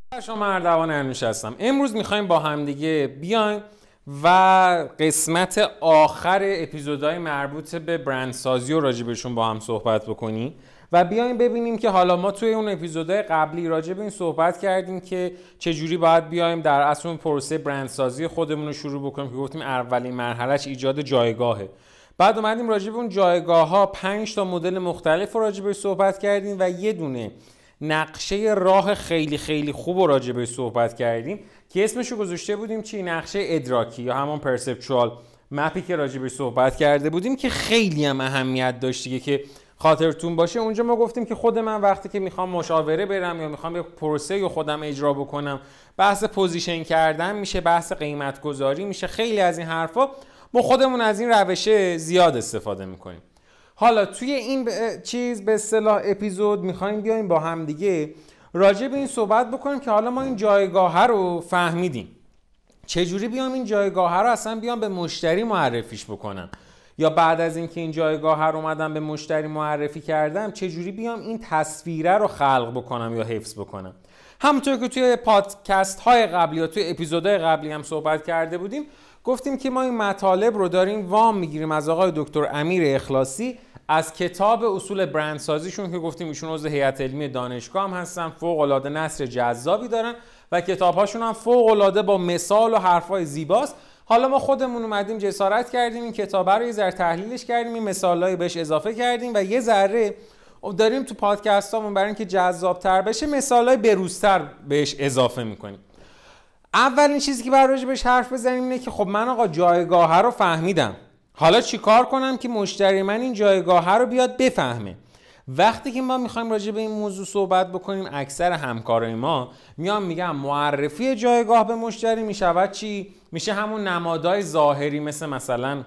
شما اردوان انوش هستم. امروز میخوایم با همدیگه بیایم و قسمت آخر اپیزودهای مربوط به برندسازی و راجبشون با هم صحبت بکنیم و بیایم ببینیم که حالا ما توی اون اپیزودهای قبلی راجب این صحبت کردیم که چجوری باید بیایم در اصل اون پروسه برندسازی خودمون رو شروع بکنیم که گفتیم اولین مرحلهش ایجاد جایگاهه. بعد اومدیم راجب اون جایگاه ها 5 تا مدل مختلف راجبش صحبت کردیم و یه دونه نقشه راه خیلی خیلی خوب و راجبش صحبت کردیم که اسمشو گذاشته بودیم چی؟ نقشه ادراکی یا همون پرسپچوال مپی که راجبش صحبت کرده بودیم که خیلی هم اهمیت داشت دیگه که خاطرتون باشه. اونجا ما گفتیم که خود من وقتی که میخوام مشاوره برم یا میخوام یک پروسه رو خودم اجرا بکنم، بحث پوزیشن کردن میشه، بحث قیمت گذاری میشه، خیلی از این حرفا ما خودمون از این روشه زیاد استفاده میکنیم. حالا توی این به اصطلاح اپیزود میخوایم بیایم با هم دیگه راجع به این صحبت بکنیم که حالا ما این جایگاه رو فهمیدیم، چجوری بیام این جایگاه رو اصلا بیام به مشتری معرفیش بکنم، یا بعد از اینکه این جایگاه رو اومدم به مشتری معرفی کردم چجوری بیام این تصویره رو خلق بکنم یا حفظ بکنم. همونطور که توی پادکست های قبلی یا توی اپیزودهای قبلی هم صحبت کرده بودیم، گفتیم که ما این مطالب رو داریم وام میگیریم از آقای دکتر امیر اخلاصی از کتاب اصول برندسازیشون که گفتیم ایشون عضو هیئت علمی دانشگاه هم هستن، فوق العاده نثر جذابی دارن و کتاب‌هاشون هم فوق العاده با مثال و حرفای زیباست. حالا ما خودمون اومدیم جسارت کردیم این کتاب رو یه ذره تحلیلش کردیم، این مثالایی بهش اضافه کردیم و یه ذره داریم تو پادکستامون برای اینکه جذاب‌تر بشه مثالای بروزتر بهش اضافه می‌کنیم. اولین چیزی که برای بهش حرف بزنیم اینه که خب من آقا جایگاه رو فهمیدم، حالا چی کار کنم که مشتری من این جایگاه رو بیاد بفهمه. وقتی که ما میخوایم راجع به این موضوع صحبت بکنیم اکثر همکارای ما میگن معرفی جایگاه به مشتری میشود چی؟ میشه همون نمادهای ظاهری مثلا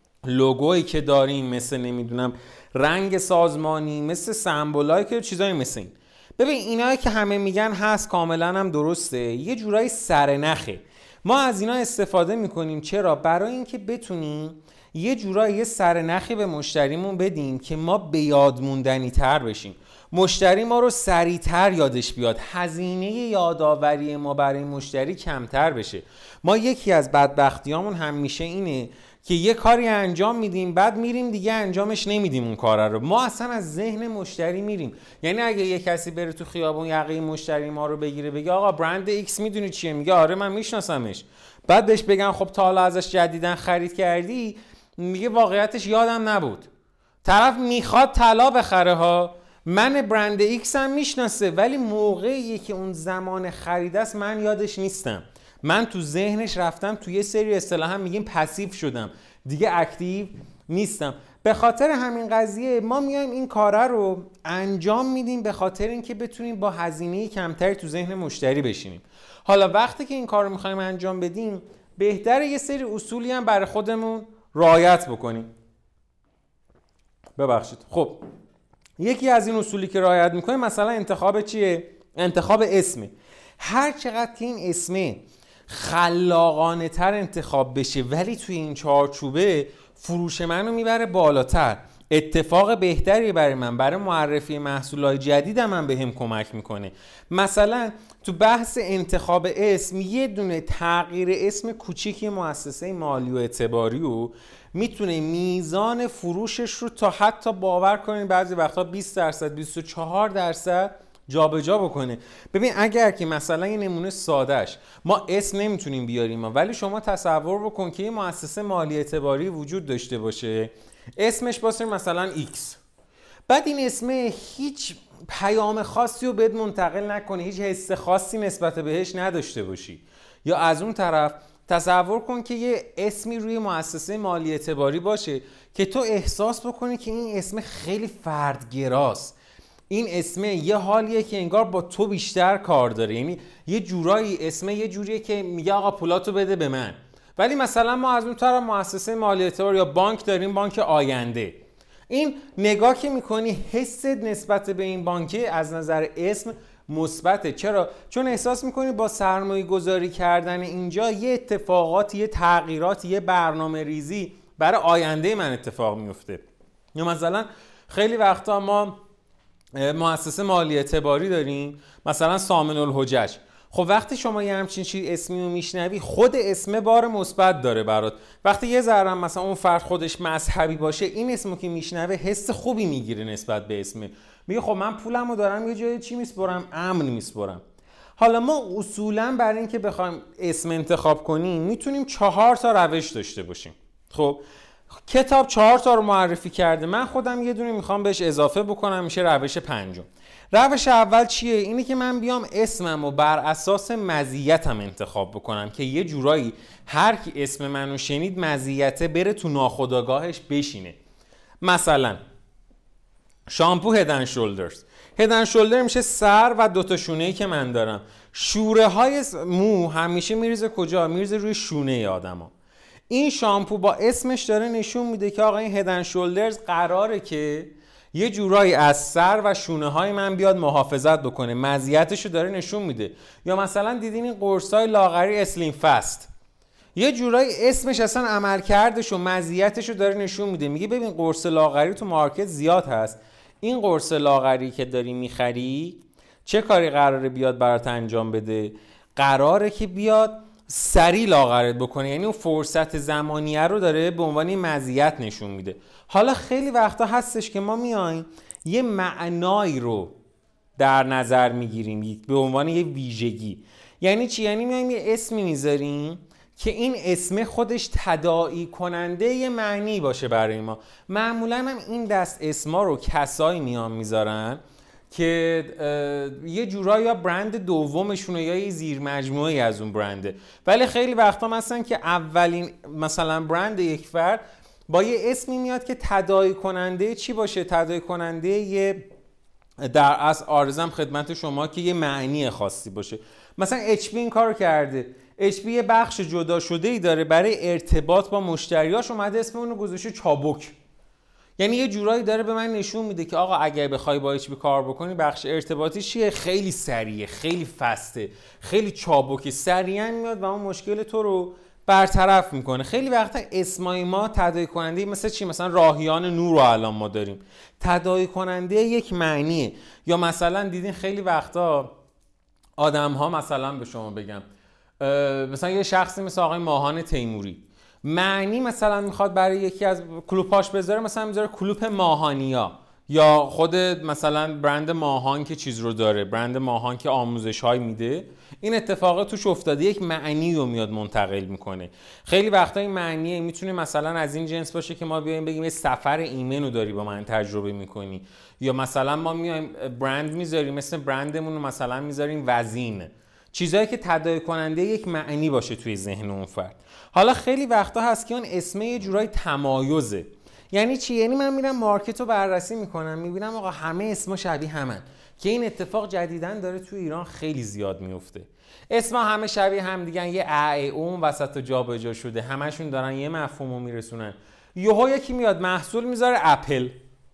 لوگویی که داریم، مثل نمیدونم رنگ سازمانی، مثل سمبولایی که چیزایی مثل این. ببین اینایی که همه میگن هست، کاملا هم درسته، یه جورایی سرنخه. ما از اینا استفاده میکنیم چرا؟ برای اینکه بتونیم یه جورایی یه سرنخی به مشتریمون بدیم که ما به یاد موندنی تر بشیم، مشتری ما رو سریعتر یادش بیاد، هزینه یادآوری ما برای مشتری کمتر بشه. ما یکی از بدبختیامون همیشه اینه که یه کاری انجام میدیم بعد میریم دیگه انجامش نمیدیم اون کار رو. ما اصلا از ذهن مشتری میریم. یعنی اگه یه کسی بره تو خیابون یقه مشتری ما رو بگیره بگه آقا برند ایکس میدونی چیه، میگه آره من میشناسمش، بعد بهش بگن خب تا حالا ازش جدیدن خرید کردی، میگه واقعیتش یادم نبود. طرف میخواد طلا بخره ها، من برند ایکس هم میشناسه، ولی موقعی که اون زمان خرید است من یادش نیستم، من تو ذهنش رفتم تو یه سری اصطلاحا میگیم پسیو شدم، دیگه اکتیو نیستم. به خاطر همین قضیه ما میایم این کاره رو انجام میدیم به خاطر اینکه بتونیم با هزینه کمتری تو ذهن مشتری بشینیم. حالا وقتی که این کار رو میخوایم انجام بدیم بهتره یه سری اصولی هم برای خودمون رعایت بکنیم. ببخشید. خب یکی از این اصولی که رعایت میکنیم مثلا انتخاب چیه؟ انتخاب اسمه. هر چقدر که این اسمه خلاقانه تر انتخاب بشه ولی توی این چارچوبه فروش منو میبره بالاتر، اتفاق بهتری برای من، برای معرفی محصولات جدیدم من بهم کمک میکنه. مثلا تو بحث انتخاب اسم یه دونه تغییر اسم کوچیکی مؤسسه مالی و اعتباری و میتونه میزان فروشش رو تا حتی باور کنین بعضی وقتا 20% 24% جابجا بکنه. ببین اگر که مثلا یه نمونه سادهش ما اسم نمیتونیم بیاریم ولی شما تصور بکن که یه مؤسسه مالی اعتباری وجود داشته باشه، اسمش باشه مثلا X، بعد این اسم هیچ پیام خاصی رو بهت منتقل نکنه، هیچ حس خاصی نسبت بهش نداشته باشی، یا از اون طرف تصور کن که یه اسمی روی مؤسسه مالی اعتباری باشه که تو احساس بکنی که این اسم خیلی فردگراست، این اسمه یه حالیه که انگار با تو بیشتر کار داره، یعنی یه جورایی اسمه یه جوریه که میگه آقا پولاتو بده به من. ولی مثلا ما از اون طرف مؤسسه مالی اعتباری یا بانک داریم، بانک آینده، این نگاه که میکنی حست نسبت به این بانکه از نظر اسم مثبته. چرا؟ چون احساس میکنی با سرمایه گذاری کردن اینجا یه اتفاقات، یه تغییرات، یه برنامه ریزی برای آینده من اتفاق میفته. یا مثلا خیلی وقتا ما مؤسسه مالی اعتباری داریم، مثلا سامن الحجج، خب وقتی شما یه همچین چیز اسمی رو میشنوی، خود اسم بار مثبت داره برات. وقتی یه ذره مثلا اون فرد خودش مذهبی باشه، این اسمو که میشنوه حس خوبی میگیره نسبت به اسم، میگه خب من پولمو دارم یه جای چی میسپرم، امن میسپرم. حالا ما اصولا برای اینکه بخوایم اسم انتخاب کنیم میتونیم 4 تا روش داشته باشیم. خب کتاب 4 تا رو معرفی کرده، من خودم یه دونه میخوام بهش اضافه بکنم، میشه روش 5. روش اول چیه؟ اینه که من بیام اسمم رو بر اساس مزیتم انتخاب بکنم که یه جورایی هر کی اسم منو شنید مزیته بره تو ناخودآگاهش بشینه. مثلا شامپو هدن شولدرز، هدن شولدر میشه سر و 2 تا شونه‌ای که من دارم. شوره های مو همیشه میریزه کجا؟ میریزه روی شونه آدما. این شامپو با اسمش داره نشون میده که آقا این هدن شولدرز قراره که یه جورایی از سر و شونه های من بیاد محافظت بکنه، مزیتشو داره نشون میده. یا مثلا دیدین این قرصای لاغری اسلیم فست، یه جورایی اسمش اصلا عملکردش و مزیتشو داره نشون میده، میگه ببین قرص لاغری تو مارکت زیاد هست، این قرص لاغری که داری میخری چه کاری قراره بیاد برات انجام بده؟ قراره که بیاد سریع لاغرت بکنه، یعنی اون فرصت زمانیه رو داره به عنوان مزیت نشون میده. حالا خیلی وقتا هستش که ما میایم یه معنایی رو در نظر میگیریم به عنوان یه ویژگی. یعنی چی؟ یعنی میایم یه اسمی میذاریم که این اسم خودش تداعی کننده یه معنی باشه برای ما. معمولا هم این دست اسما رو کسایی میان میذارن که یه جورایی یا برند دومشونه یا یه زیر مجموعه از اون برنده، ولی خیلی وقتا مثلا که اولین مثلا برند یک فرد با یه اسمی میاد که تداعی کننده چی باشه؟ تداعی کننده یه در اصل عارضم خدمت شما که یه معنی خاصی باشه. مثلا HP این کارو کرده. HP یه بخش جدا شده ای داره برای ارتباط با مشتریاش، اومده اسم اون رو گذاشته چابک. یعنی یه جورایی داره به من نشون میده که آقا اگر بخوای با HP کار بکنی بخش ارتباطی چیه؟ خیلی سریعه، خیلی فسته، خیلی چابکه، سریعا میاد و اون مشکل تو رو برطرف میکنه. خیلی وقتا اسمای ما تداعی کننده مثل چی؟ مثلا راهیان نور رو الان ما داریم، تداعی کننده یک معنیه. یا مثلا دیدین خیلی وقتا آدم ها، مثلا به شما بگم مثلا یه شخصی مثل آقای ماهان تیموری معنی مثلا میخواد برای یکی از کلوپاش بذاره، مثلا میذاره کلوپ ماهانیا، یا خود مثلا برند ماهان که چیز رو داره، برند ماهان که آموزش های میده، این اتفاق توش افتاده، یک معنی رو میاد منتقل میکنه. خیلی وقتا این معنی میتونه مثلا از این جنس باشه که ما بیایم بگیم یه سفر ایمن رو داری با من تجربه میکنی، یا مثلا ما میایم برند میذاریم مثل برندمون رو مثلا میذاریم وزین، چیزایی که تداعی کننده یک معنی باشه توی ذهن اون فرد. حالا خیلی وقتا هست که اون اسم یه جورای تمایزه. یعنی چی؟ یعنی من میرم مارکت رو بررسی میکنم، میبینم آقا همه اسما شبیه همن، که این اتفاق جدیداً داره توی ایران خیلی زیاد میفته. اسما همه شبیه هم دیگه، یه اون وسط جابجا شده، همشون دارن یه مفهومو میرسونن. یهو یکی میاد محصول میذاره اپل،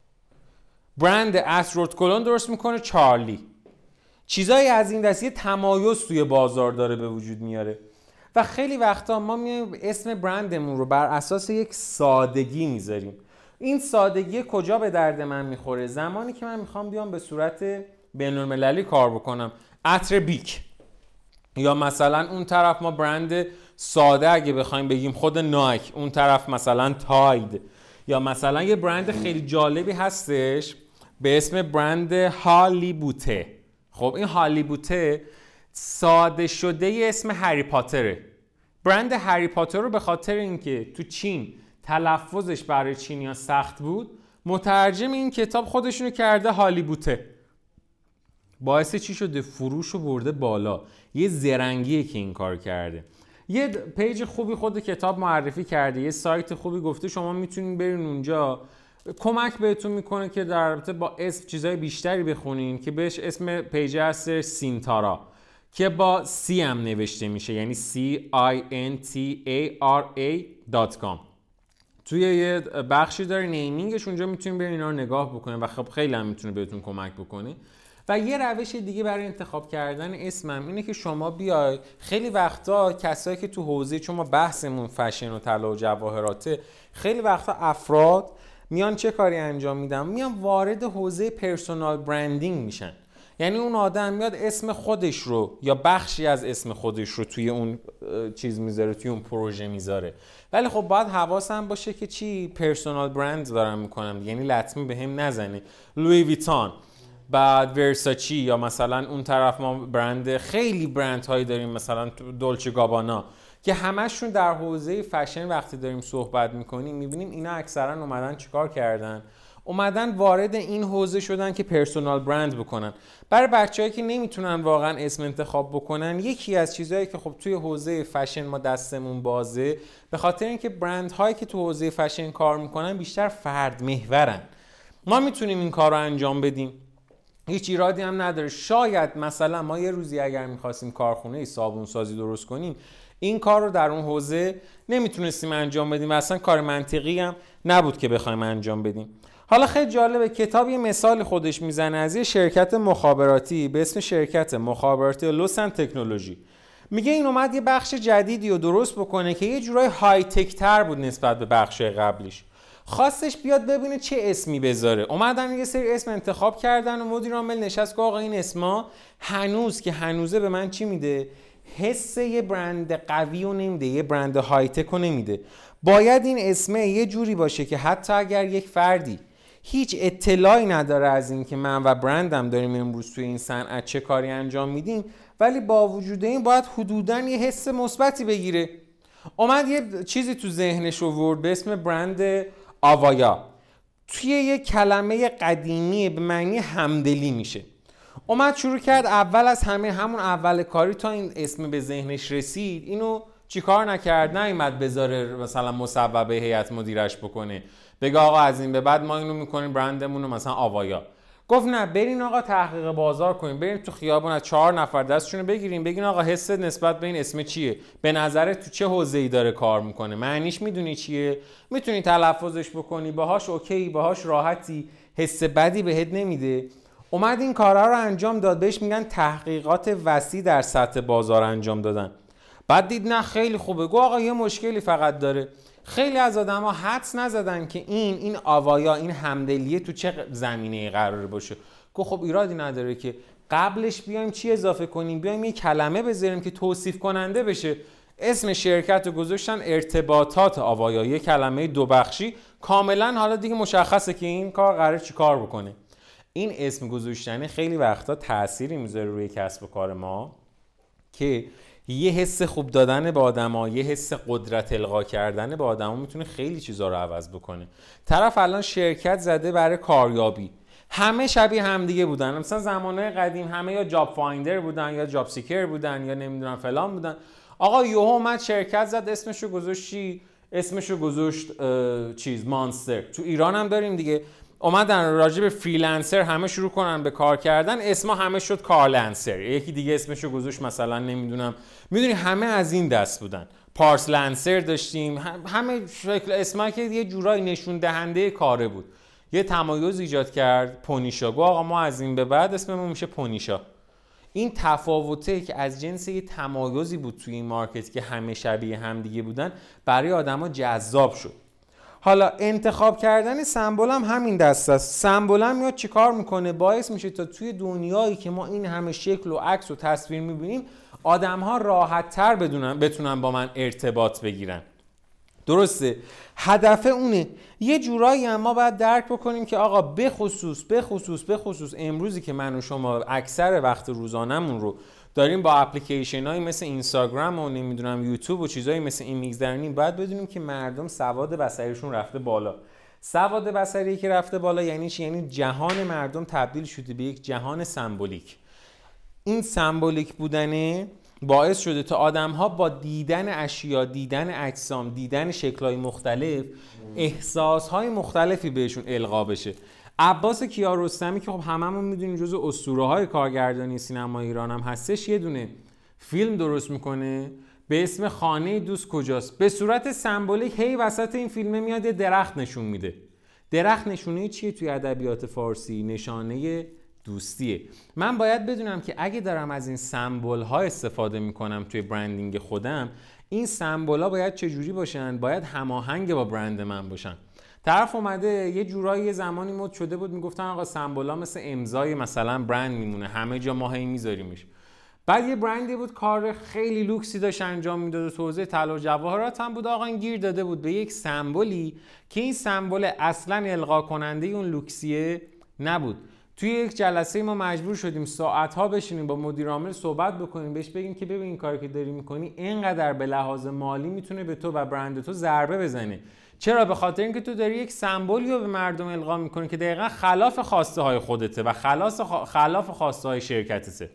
برند استرود کلون درست میکنه چارلی، چیزایی از این دست، یه تمایز توی بازار داره به وجود میاره. و خیلی وقتا ما میایم اسم برندمون رو بر اساس یک سادگی میذاریم. این سادگی کجا به درد من میخوره؟ زمانی که من میخوام بیام به صورت بین‌المللی کار بکنم، عطر بیک، یا مثلا اون طرف ما برند ساده اگه بخوایم بگیم خود نایک، اون طرف مثلا تاید، یا مثلا یه برند خیلی جالبی هستش به اسم برند هالی بوته. خب این هالی بوته ساده شده اسم هری پاتره. برند هری پاتر رو به خاطر اینکه تو چین تلفظش برای چینی‌ها سخت بود، مترجم این کتاب خودشونو کرده هالی بوته. باعث چی شده؟ فروش رو برده بالا. یه زرنگیه که این کار کرده. یه پیج خوبی خود کتاب معرفی کرده، یه سایت خوبی گفته شما میتونین برین اونجا، کمک بهتون میکنه که در رابطه با اسم چیزای بیشتری بخونین، که بهش اسم پیج هست سینتارا که با C هم نوشته میشه، یعنی CINTARA.com. توی یه بخشی داره نیمینگش، اونجا میتونین برین اینا رو نگاه بکنین و خب خیلی هم میتونه بهتون کمک بکنه. و یه روش دیگه برای انتخاب کردن اسمم اینه که شما بیای، خیلی وقتا کسایی که تو حوزه، چون ما بحثمون فشن و طلا و جواهراته، خیلی وقتا افراد میان چه کاری انجام میدن؟ میان وارد حوزه پرسونال برندینگ میشن. یعنی اون آدم میاد اسم خودش رو یا بخشی از اسم خودش رو توی اون چیز میذاره، توی اون پروژه میذاره. ولی خب باید حواسم باشه که چی پرسونال برند دارم میکنم، یعنی لطمه بهم نزنه. لویی ویتان، بعد ورساچی، یا مثلا اون طرف ما برند، خیلی برند هایی داریم مثلا دولچه گابانا که همشون در حوزه فشن وقتی داریم صحبت میکنیم میبینیم اینا اکثرا اومدن چیکار کردن؟ اومدن وارد این حوزه شدن که پرسونال برند بکنن. برای بچه‌هایی که نمیتونن واقعا اسم انتخاب بکنن، یکی از چیزهایی که خب توی حوزه فشن ما دستمون بازه، به خاطر اینکه برندهایی که تو حوزه فشن کار میکنن بیشتر فرد محورن. ما میتونیم این کار رو انجام بدیم، هیچ ایرادی هم نداره. شاید مثلا ما یه روزی اگر میخواستیم کارخونه صابون سازی درست کنیم، این کار رو در اون حوزه نمیتونستیم انجام بدیم و اصلا کار منطقی هم نبود که بخوایم انجام بدیم. حالا خیلی جالبه، کتاب یه مثال خودش میزنه از یه شرکت مخابراتی به اسم شرکت مخابراتی لوسن تکنولوژی. میگه این اومد یه بخش جدیدی رو درست بکنه که یه جورای های تک تر بود نسبت به بخش قبلیش. خواستش بیاد ببینه چه اسمی بذاره. اومدن یه سری اسم انتخاب کردن و مدیر عامل نشست که آقا این اسما هنوز که هنوزه به من چی میده؟ حس یه برند قوی رو نمیده، یه برند های تک رو نمیده. باید این اسمه یه جوری باشه که حتی اگر یک فردی هیچ اطلاعی نداره از این که من و برندم داریم امروز توی این صنعت چه کاری انجام میدیم، ولی با وجود این باید حدوداً یه حس مثبتی بگیره. اومد یه چیزی تو ذهنش آورد به اسم برند آوایا. توی یه کلمه قدیمی به معنی همدلی میشه. اومد شروع کرد اول از همه، همون اول کاری تا این اسم به ذهنش رسید، اینو چیکار نکرد؟ نیومد بذاره مثلا مصوبه هیئت مدیرش بکنه بگه آقا از این به بعد ما اینو میکنیم برندمون رو مثلا آوایا. گفت نه، برین آقا تحقیق بازار کنیم، بریم تو خیابون از 4 نفر دستشونو بگیریم بگین آقا حست نسبت به این اسم چیه؟ به نظرت تو چه حوزه‌ای داره کار میکنه؟ معنیش میدونی چیه؟ میتونی تلفظش بکنی، باهاش اوکی، باهاش راحتی، حس بدی بهت نمیده. اومد این کارا رو انجام داد، بهش میگن تحقیقات وسیع در سطح بازار انجام دادن. بعد دید نه خیلی خوبه، گفت آقا یه مشکلی فقط داره. خیلی از آدم‌ها حدس نزدن که این آوایا، این همدلیه تو چه زمینه‌ای قراره باشه. گفت خب ایرادی نداره که قبلش بیایم چی اضافه کنیم، بیایم یه کلمه بذاریم که توصیف کننده بشه. اسم شرکت رو گذاشتن ارتباطات آوایا، یه کلمه دو بخشی، کاملا حالا دیگه مشخصه که این کار قراره چی کار بکنه. این اسم گذاشتن خیلی وقتا تأثیری میذاره روی کسب و کار ما که یه حس خوب دادن به آدما، یه حس قدرت القا کردن به آدما میتونه خیلی چیزا رو عوض بکنه. طرف الان شرکت زده برای کاریابی، همه شبیه همدیگه بودن. مثلا زمانهای قدیم همه یا جاب فایندر بودن یا جاب سیکر بودن یا نمیدونم فلان بودن. آقا یوهو اومد شرکت زد، اسمشو گذاشت چی؟ اسمشو گذاشت چیز مانستر. تو ایران هم داریم دیگه. اومدن راجع به فریلنسر همه شروع کنن به کار کردن، اسما همه شد کارلنسر. یکی دیگه اسمشو گذاشت مثلا نمیدونم، میدونی همه از این دست بودن. پارسلنسر داشتیم، همه شکل اسما که یه جورایی نشون دهنده کاره بود. یه تمایز ایجاد کرد پونیشا، گفت آقا ما از این به بعد اسممون میشه پونیشا. این تفاوته که از جنس یه تمایزی بود توی این مارکت که همه شبیه هم دیگه بودن، برای آدما جذاب شد. حالا انتخاب کردن سمبل هم همین دست است. سمبل هم میاد چیکار میکنه؟ باعث میشه تا توی دنیایی که ما این همه شکل و عکس و تصویر میبینیم، آدم‌ها راحت‌تر بتونن با من ارتباط بگیرن. درسته؟ هدف اونه. یه جورایی هم ما باید درک بکنیم که آقا به خصوص امروزی که من و شما اکثر وقت روزانمون رو داریم با اپلیکیشن هایی مثل اینستاگرام و نمیدونم یوتیوب و چیزایی مثل این میگذرونیم، باید بدونیم که مردم سواد بصریشون رفته بالا. سواد بصری که رفته بالا یعنی چی؟ یعنی جهان مردم تبدیل شده به یک جهان سمبولیک. این سمبولیک بودنه باعث شده تا آدم‌ها با دیدن اشیا، دیدن اجسام، دیدن شکل‌های مختلف، احساس‌های مختلفی بهشون القا بشه. عباس کیارستمی که خب هممون میدونیم جزو اسطوره‌های کارگردانی سینما ایران هم هستش، یه دونه فیلم درست میکنه به اسم خانه دوست کجاست. به صورت سمبولیک هی وسط این فیلمه میاد یه درخت نشون میده. درخت نشونه چیه توی ادبیات فارسی؟ نشانه دوستیه. من باید بدونم که اگه دارم از این سمبول‌ها استفاده میکنم توی برندینگ خودم، این سمبول‌ها باید چجوری باشن؟ باید هماهنگ با برند من باشن. طرف اومده یه جورایی یه زمانی مد شده بود میگفتن آقا سمبولا مثل امضای مثلا برند میمونه، همه جا ما هی میذاریمش. بعد یه برندی بود کار خیلی لوکسی داشت انجام میداد و تو حوزه طلا و جواهرات هم بود، آقا این گیر داده بود به یک سمبولی که این سمبل اصلا القا کننده اون لوکسیه نبود. توی یک جلسه ما مجبور شدیم ساعت‌ها بشینیم با مدیر عامل صحبت بکنیم، بهش بگیم که ببین این کاری که داری می‌کنی اینقدر به لحاظ مالی میتونه به تو و برند تو ضربه بزنه. چرا؟ به خاطر اینکه تو داری یک سمبولی رو به مردم القا می‌کنی که دقیقاً خلاف خواسته های خودته و خلاف خواسته های شرکتته.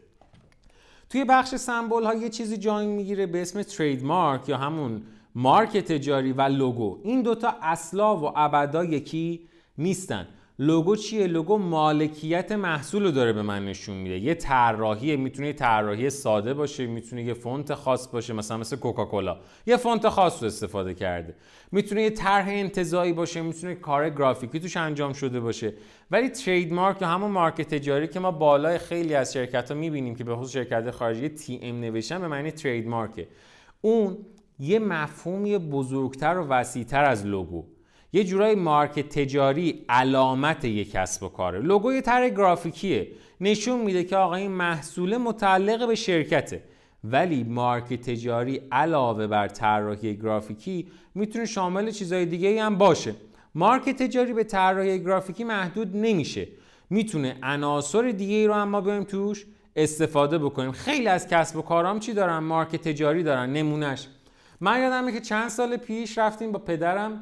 توی بخش سمبل ها یه چیزی جای میگیره به اسم ترید مارک یا همون مارک تجاری و لوگو. این دوتا اصلا و ابدا یکی نیستن. لوگو چیه؟ لوگو مالکیت محصول رو داره به من نشون میده. یه طراحیه، میتونه یه طراحی ساده باشه، میتونه یه فونت خاص باشه، مثل کوکاکولا یه فونت خاص رو استفاده کرده، میتونه یه طرح انتزاعی باشه، میتونه کار گرافیکی توش انجام شده باشه. ولی ترید مارک یا همون مارک تجاری که ما بالای خیلی از شرکت‌ها میبینیم که به خصوص شرکت خارجی TM نوشتن به معنی ترید مارکه، اون یه مفهومی بزرگتر و وسیع‌تر از لوگو. یه جورای مارک تجاری علامت یک کسب و کاره. لوگو یه طرح گرافیکیه، نشون میده که آقا این محصول متعلق به شرکته. ولی مارک تجاری علاوه بر طراحی گرافیکی میتونه شامل چیزهای دیگه هم باشه. مارک تجاری به طراحی گرافیکی محدود نمیشه، میتونه عناصر دیگه رو هم ما بریم توش استفاده بکنیم. خیلی از کسب و کارام چی دارن؟ مارک تجاری دارن. نمونهش من یادمه که چند سال پیش رفتیم با پدرم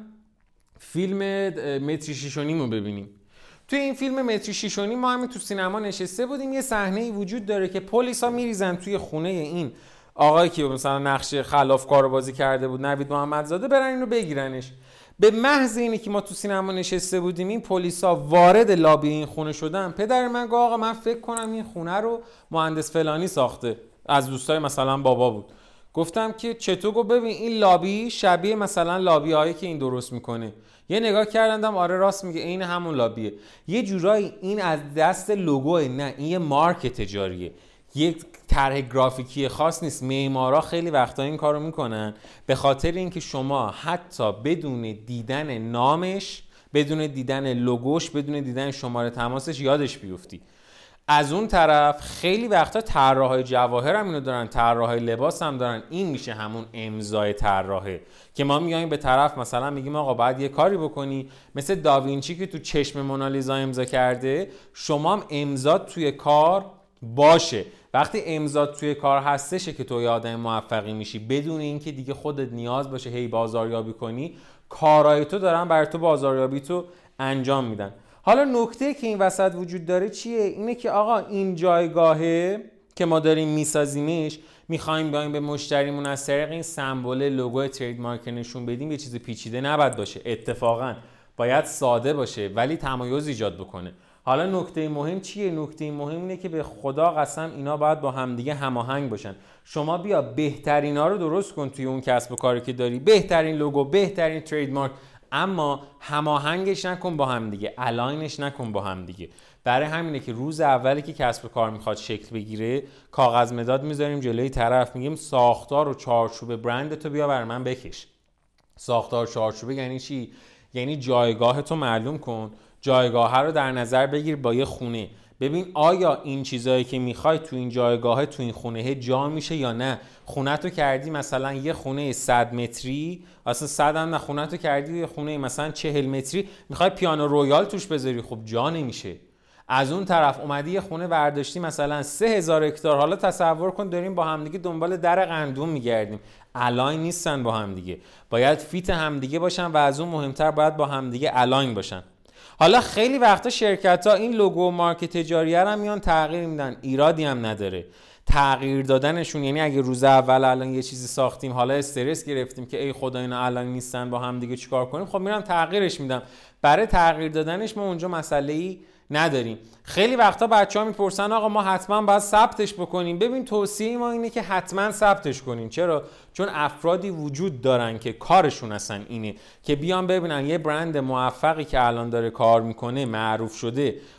فیلم متری 6.5 رو ببینیم. توی این فیلم متری 6.5 ما همین تو سینما نشسته بودیم، یه صحنه‌ای وجود داره که پلیسا میریزن توی خونه این آقایی که مثلا نقش خلافکار رو بازی کرده بود، نوید محمدزاده، برن اینو بگیرنش. به محض اینی که ما تو سینما نشسته بودیم این پلیسا وارد لابی این خونه شدن، پدر من گفت آقا من فکر کنم این خونه رو مهندس فلانی ساخته، از دوستای مثلا بابا بود. گفتم که چطور؟ گفت ببین این لابی شبیه مثلا لابی هایی که این درست میکنه. یه نگاه کردم، آره راست میگه، این همون لابیه. یه جورایی این از دست لوگوه، نه این یه مارک تجاریه، یک طرح گرافیکی خاص نیست. معمارا خیلی وقتا این کارو میکنن به خاطر اینکه شما حتی بدون دیدن نامش، بدون دیدن لوگوش، بدون دیدن شماره تماسش یادش بیفتی. از اون طرف خیلی وقتا طراحای جواهر هم اینو دارن، طراحای لباس هم دارن. این میشه همون امضای طراحه که ما میایم به طرف مثلا میگیم آقا باید یه کاری بکنی مثل داوینچی که تو چشم مونالیزا امضا کرده، شما هم امضات توی کار باشه. وقتی امضات توی کار هستشه که تو یه آدم موفقی میشی، بدون اینکه دیگه خودت نیاز باشه هی بازاریابی کنی، کارهای تو دارن برای تو بازاریابی تو انجام میدن. حالا نکته که این وسط وجود داره چیه؟ اینه که آقا این جایگاهه که ما داریم میسازیمش، میخوایم بیایم به مشتریمون از طریق این سمبل لوگو ترید مارک نشون بدیم، یه چیز پیچیده نباید باشه، اتفاقا باید ساده باشه ولی تمایز ایجاد بکنه. حالا نکته مهم چیه؟ نکته مهم اینه که به خدا قسم اینا باید با همدیگه هماهنگ باشن. شما بیا بهترینا رو درست کن توی اون کسب و کاری که داری، بهترین لوگو، بهترین ترید مارک، اما هماهنگش نکن با هم دیگه، الاینش نکن با هم دیگه. برای همینه که روز اولی که کسب و کار میخواد شکل بگیره، کاغذ مداد میذاریم جلوی طرف، میگیم ساختار و چارچوب برندتو بیا برای من بکش. ساختار چارچوب یعنی چی؟ یعنی جایگاه تو معلوم کن، جایگاه رو در نظر بگیر با یه خونه. ببین آیا این چیزایی که میخوای تو این جایگاه، تو این خونه جا میشه یا نه. خونه تو کردی مثلا یه خونه 100 متری، اصلا 100 هم نه، خونه تو کردی یه خونه مثلا 40 متری، میخوای پیانو رویال توش بذاری، خب جا نمیشه. از اون طرف اومدی یه خونه برداشتی مثلا 3000 هکتار، حالا تصور کن داریم با همدیگه دنبال در قندون میگردیم، الاین نیستن با همدیگه، باید فیت همدیگه باشن و از اون مهمتر باید با همدیگه الاین باشن. حالا خیلی وقتا شرکت‌ها این لوگو و مارک تجاری هم میان تغییر میدن، ایرادی هم نداره تغییر دادنشون. یعنی اگه روز اول الان یه چیزی ساختیم، حالا استرس گرفتیم که ای خدا اینا الان نیستن با هم دیگه چیکار کنیم، خب میرم تغییرش میدم. برای تغییر دادنش ما اونجا مسئله‌ای نداریم. خیلی وقتا بچه‌ها میپرسن آقا ما حتما باید ثبتش بکنیم. ببین توصیه ما اینه که حتما ثبتش کنین. چرا؟ چون افرادی وجود دارن که کارشون اصلا اینه که بیان ببینن یه برند موفقی که الان داره کار میکنه، معروف شده،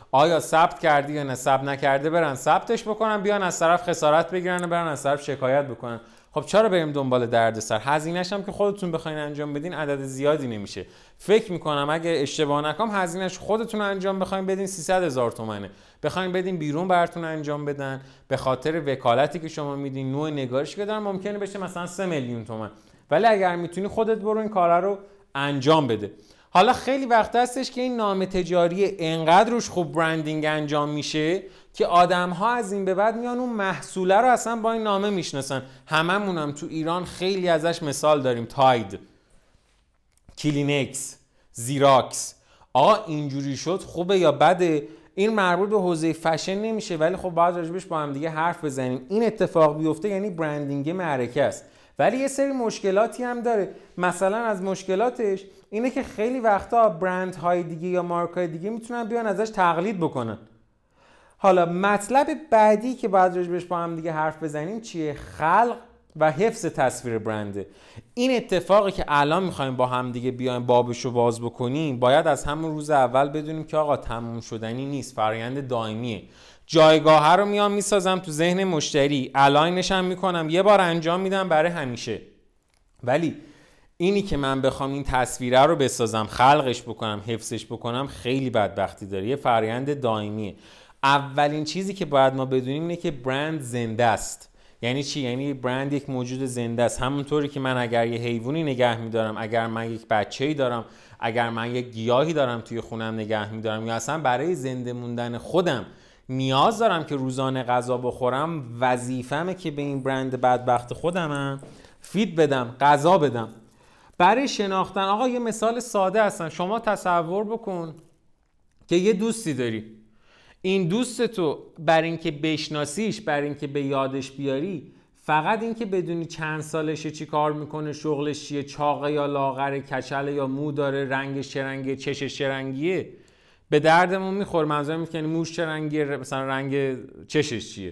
آیا ثبت کردی یا نه، ثبت نکرده برن ثبتش بکنن، بیان از طرف خسارت بگیرن و برن از طرف شکایت بکنن. خب چرا بریم دنبال دردسر؟ هزینه‌ش هم که خودتون بخواین انجام بدین عدد زیادی نمیشه. فکر میکنم اگه اشتباه نکنم هزینه‌ش خودتون انجام بخواین بدین 300,000 تومانه. بخواین بدین بیرون براتون انجام بدن، به خاطر وکالتی که شما میدین، نوع نگارش که دارن، ممکنه بشه مثلا 3 میلیون تومان. ولی اگر میتونی خودت برو این کارا رو انجام بده. حالا خیلی وقت هستش که این نام تجاری انقدر روش خوب برندینگ انجام میشه که آدم‌ها از این به بعد میان اون محصوله رو اصلا با این نامه میشناسن. هممونم تو ایران خیلی ازش مثال داریم. تاید، کلینکس، زیراکس. آقا اینجوری شد خوبه یا بده؟ این مربوط به حوزه فشن نمیشه، ولی خب باید راجبش با هم دیگه حرف بزنیم. این اتفاق بیفته یعنی برندینگ معرکه است. ولی یه سری مشکلاتی هم داره. مثلا از مشکلاتش اینه که خیلی وقتا برندهای دیگه یا مارکای دیگه میتونن بیان ازش تقلید بکنن. حالا مطلب بعدی که باید راجبش با هم دیگه حرف بزنیم چیه؟ خلق و حفظ تصویر برنده. این اتفاقی که الان میخوایم با هم دیگه بیایم بابشو باز بکنیم، باید از همون روز اول بدونیم که آقا تموم شدنی نیست، فرآیند دائمیه. جایگاه رو میام میسازم تو ذهن مشتری، الاینش هم میکنم، یه بار انجام میدم برای همیشه. ولی اینی که من بخوام این تصویره رو بسازم، خلقش بکنم، حفظش بکنم، خیلی بدبختی داره. یه فرآیند دائمیه. اولین چیزی که باید ما بدونیم اینه که برند زنده است. یعنی چی؟ یعنی برند یک موجود زنده است. همونطوری که من اگر یه حیوانی نگه می‌دارم، اگر من یک بچه‌ای دارم، اگر من یک گیاهی دارم توی خونم نگه می‌دارم، یا اصلا برای زنده موندن خودم نیاز دارم که روزانه غذا بخورم، وظیفه‌مه که به این برند بدبخت خودمم فید بدم، غذا بدم. برای شناختن، آقا یه مثال ساده هستن. شما تصور بکن که یه دوستی داری. این دوست تو بر اینکه بشناسیش، بر اینکه به یادش بیاری، فقط اینکه بدونی چند سالشه، چی کار میکنه، شغلش چیه، چاقه یا لاغره، کچله یا مو داره، رنگش چه رنگیه، چشش چه رنگیه، به دردمون میخوره. منظورم اینه که موش چه رنگیه، مثلا رنگ چشش چیه.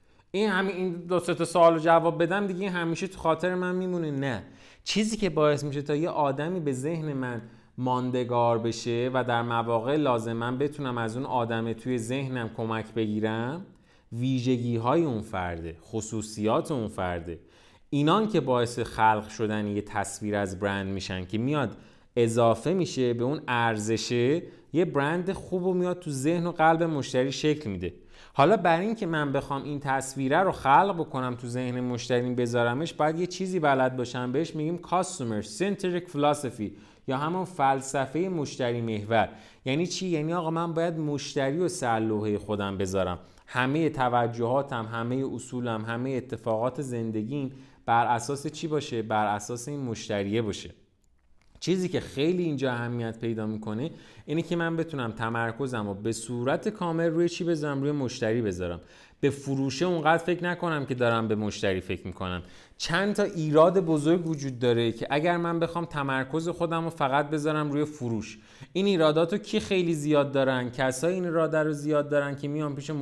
این دو سه تا سوالو جواب بدم دیگه، این همیشه تو خاطر من میمونه. نه، چیزی که باعث میشه تا یه آدمی به ذهن من ماندگار بشه و در مواقع لازم من بتونم از اون آدم توی ذهنم کمک بگیرم، ویژگی های اون فرده، خصوصیات اون فرده، اینان که باعث خلق شدن یه تصویر از برند میشن که میاد اضافه میشه به اون ارزشه، یه برند خوب و میاد تو ذهن و قلب مشتری شکل میده. حالا برای این که من بخوام این تصویره رو خلق بکنم تو ذهن مشتری بذارمش، باید یه چیزی بلد باشم، بهش میگیم Customer Centric Philosophy یا همون فلسفه مشتری محور. یعنی چی؟ یعنی آقا من باید مشتری رو سر لوحه خودم بذارم. همه توجهاتم، همه اصولم، همه اتفاقات زندگیم بر اساس چی باشه؟ بر اساس این مشتریه باشه. چیزی که خیلی اینجا اهمیت پیدا میکنه اینه که من بتونم تمرکزم رو به صورت کامل روی چی بذارم؟ روی مشتری بذارم. به فروشه اونقدر فکر نکنم که دارم به مشتری فکر میکنم. چند تا ایراد بزرگ وجود داره که اگر من بخوام تمرکز خودم رو فقط بذارم روی فروش، این ایراداتو کی خیلی زیاد دارن؟ کسایی این ایراد رو زیاد دارن که میان پیش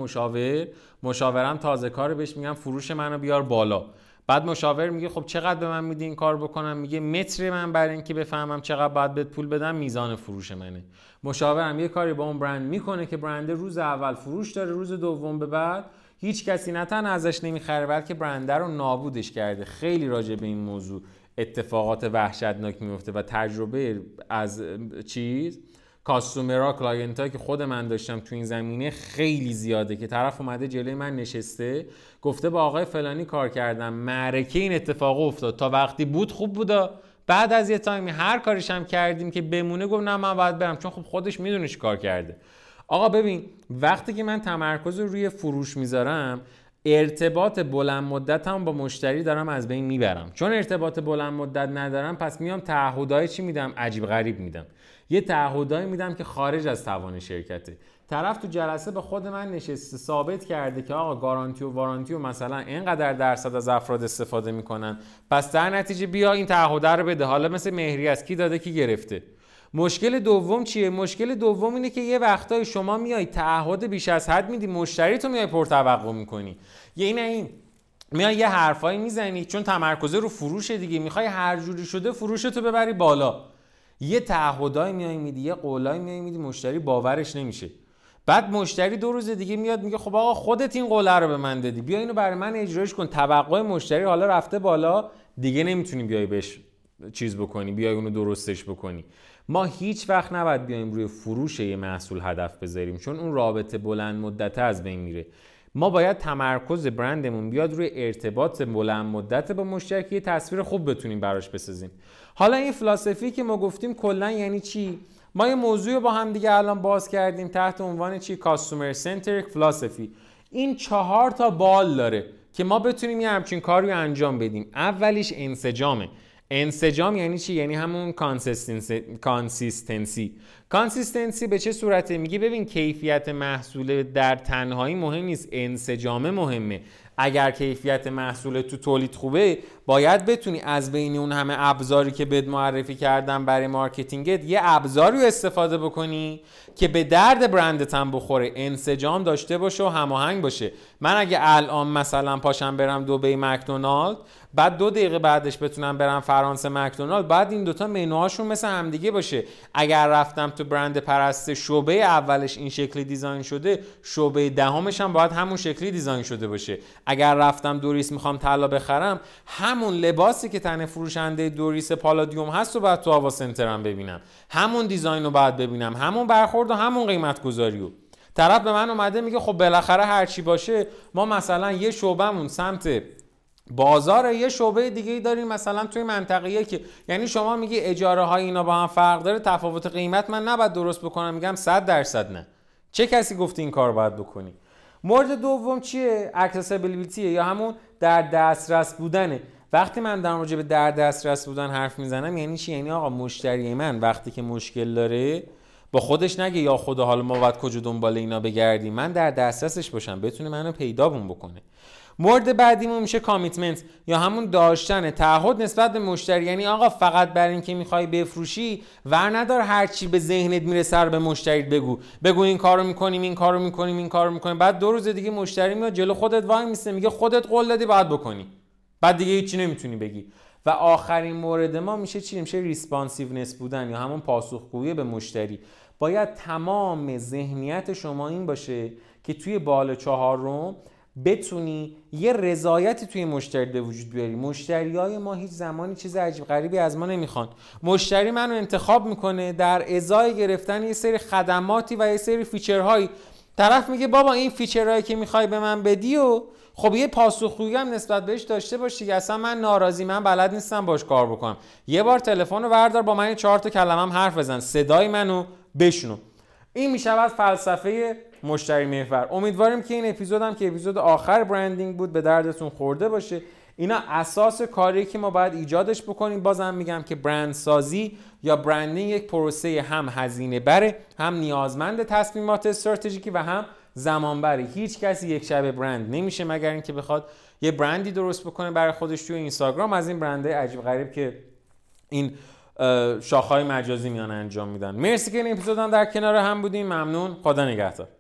مشاورم تازه کار، بهش میگم فروش منو بیار بالا. بعد مشاور میگه خب چقدر به من میدی این کار بکنم؟ میگه متر من برای اینکه بفهمم چقدر باید بهت پول بدم میزان فروش منه. مشاورم یه کاری با اون برند میکنه که برند روز اول فروش داره، روز دوم به بعد هیچ کسی نه تنها ازش نمیخره بلکه برند رو نابودش کرده. خیلی راجع به این موضوع اتفاقات وحشتناک میفته و تجربه از کاستومرها، کلاینتایی که خود من داشتم تو این زمینه خیلی زیاده که طرف اومده جلوی من نشسته گفته با آقای فلانی کار کردم، معرکه این اتفاق افتاد، تا وقتی بود خوب بودا، بعد از یه تایمی هر کاریش هم کردیم که بمونه گفت نه من باید برم، چون خب خودش میدونه چی کار کرده. آقا ببین، وقتی که من تمرکز رو روی فروش میذارم، ارتباط بلند مدتم با مشتری دارم از بین میبرم. چون ارتباط بلند مدت ندارم، پس میام تعهدای چی میدم؟ عجیب غریب میدم. یه تعهدایی میدم که خارج از توان شرکته. طرف تو جلسه به خود من نشسته ثابت کرده که آقا گارانتی و وارانتی و مثلا اینقدر درصد از افراد استفاده میکنن، پس در نتیجه بیا این تعهد رو بده. حالا مثل مهری است، کی داده کی گرفته. مشکل دوم چیه؟ مشکل دوم اینه که یه وقتایی شما میای تعهد بیش از حد میدی، مشتری تو میای پرتوقع میکنی. این میای یه حرفایی میزنی چون تمرکز رو فروش دیگه، میخوای هر جوری شده فروشتو ببری بالا. یه تعهدای میای میدی، یه قولای میای میدی، مشتری باورش نمیشه. بعد مشتری 2 روز دیگه میاد میگه خب آقا خودت این قوله رو به من دادی، بیا اینو برای من اجراش کن. توقع مشتری حالا رفته بالا، دیگه نمیتونی بیای بهش چیز بکنی، بیای اونو درستش بکنی. ما هیچ وقت نباید بیایم روی فروش یه محصول هدف بذاریم، چون اون رابطه بلند مدته از بین میره. ما باید تمرکز برندمون بیاد روی ارتباط بلند مدت با مشتری که یه تصویر خوب بتونیم براش بسازیم. حالا این فلسفی که ما گفتیم کلا یعنی چی؟ ما یه موضوع با هم دیگه الان باز کردیم تحت عنوان چی؟ کاستومر سنتریک فلسفی. این 4 تا بال داره که ما بتونیم یه همچین کاری رو انجام بدیم. اولیش انسجامه. انسجام یعنی چی؟ یعنی همون کانسیستنسی به چه صورته؟ میگه ببین کیفیت محصول در تنهایی مهم نیست، انسجام مهمه. اگر کیفیت محصول تو تولید خوبه، باید بتونی از بین اون همه ابزاری که بهت معرفی کردم برای مارکتینگت یه ابزاری رو استفاده بکنی که به درد برندت هم بخوره، انسجام داشته باشه و هماهنگ باشه. من اگه الان مثلا پاشم برم دبی مکدونالد، بعد 2 دقیقه بعدش بتونم برم فرانسه مکدونالد، بعد این دوتا منوهاشون مثل همدیگه باشه. اگر رفتم تو برند پرسته، شعبه اولش این شکلی دیزاین شده، شعبه دهمش هم باید همون شکلی دیزاین شده باشه. اگر رفتم دوریس میخوام طلا بخرم، همون لباسی که تن فروشنده دوریس پالادیوم هست رو باید تو آوا سنترم ببینم، همون دیزاین رو باید ببینم، همون برخورد و همون قیمت گذاری رو. طرف به من اومده میگه خب بالاخره هر چی باشه، ما مثلا یه شعبهمون سمت بازار، یه شعبه دیگه داریم مثلا توی منطقه‌ای که، یعنی شما میگی اجاره های اینا با هم فرق داره، تفاوت قیمت من نباید درست بکنم. میگم 100% نه. چه کسی گفته این کار باید بکنی؟ مورد دوم چیه؟ اکسسیبیلیتیه، یا همون در دسترس بودنه. وقتی من در مورد به در دسترس بودن حرف میزنم یعنی چی؟ یعنی آقا مشتری من وقتی که مشکل داره با خودش نگه یا خدا حالا ما باید کجا دنبال اینا بگردیم، من در دسترسش باشم، بتونه منو پیدامون بکنه. مورد بعدیمون میشه کامیتمنت، یا همون داشتن تعهد نسبت به مشتری. یعنی آقا فقط برای اینکه میخوای بفروشی ور ندار هر چی به ذهنت میرسه رو به مشتری بگو این کارو میکنیم، این کارو میکنیم، این کارو میکنیم. بعد 2 روز دیگه مشتری میاد جلو خودت وای میسته میگه خودت قول دادی باید بکنی، بعد دیگه هیچی نمیتونی بگی. و آخرین مورد ما میشه چی؟ میشه ریسپانسیونس بودن، یا همون پاسخگویی به مشتری. باید تمام ذهنیت شما این باشه که توی بال 4 بتونی یه رضایتی توی مشتری به وجود بیاری. مشتریای ما هیچ زمانی چیز عجیب غریبی از ما نمیخوان. مشتری منو انتخاب میکنه در ازای گرفتن یه سری خدماتی و یه سری فیچرهایی. طرف میگه بابا این فیچرهایی که میخوای به من بدی و خب یه پاسخگویی هم نسبت بهش داشته باشی. اصلا من ناراضی، من بلد نیستم باش کار بکنم، یه بار تلفن رو بردار با من 4 تا کلمه‌ام حرف بزن، صدای منو بشنو. این میشود فلسفه مشتری محور. امیدواریم که این اپیزودم که اپیزود آخر برندینگ بود به دردتون خورده باشه. اینا اساس کاری که ما باید ایجادش بکنیم. بازم میگم که برند سازی یا برندینگ یک پروسه هم هزینه بره، هم نیازمند تصمیمات استراتژیکی و هم زمان بره. هیچ کسی یک شب برند نمیشه مگر اینکه بخواد یه برندی درست بکنه برای خودش توی اینستاگرام، از این برندهای عجیب غریب که این شاخه‌های مجازی میان انجام میدن. مرسی که این اپیزودم در کنار هم بودیم. ممنون. خدا نگهدار.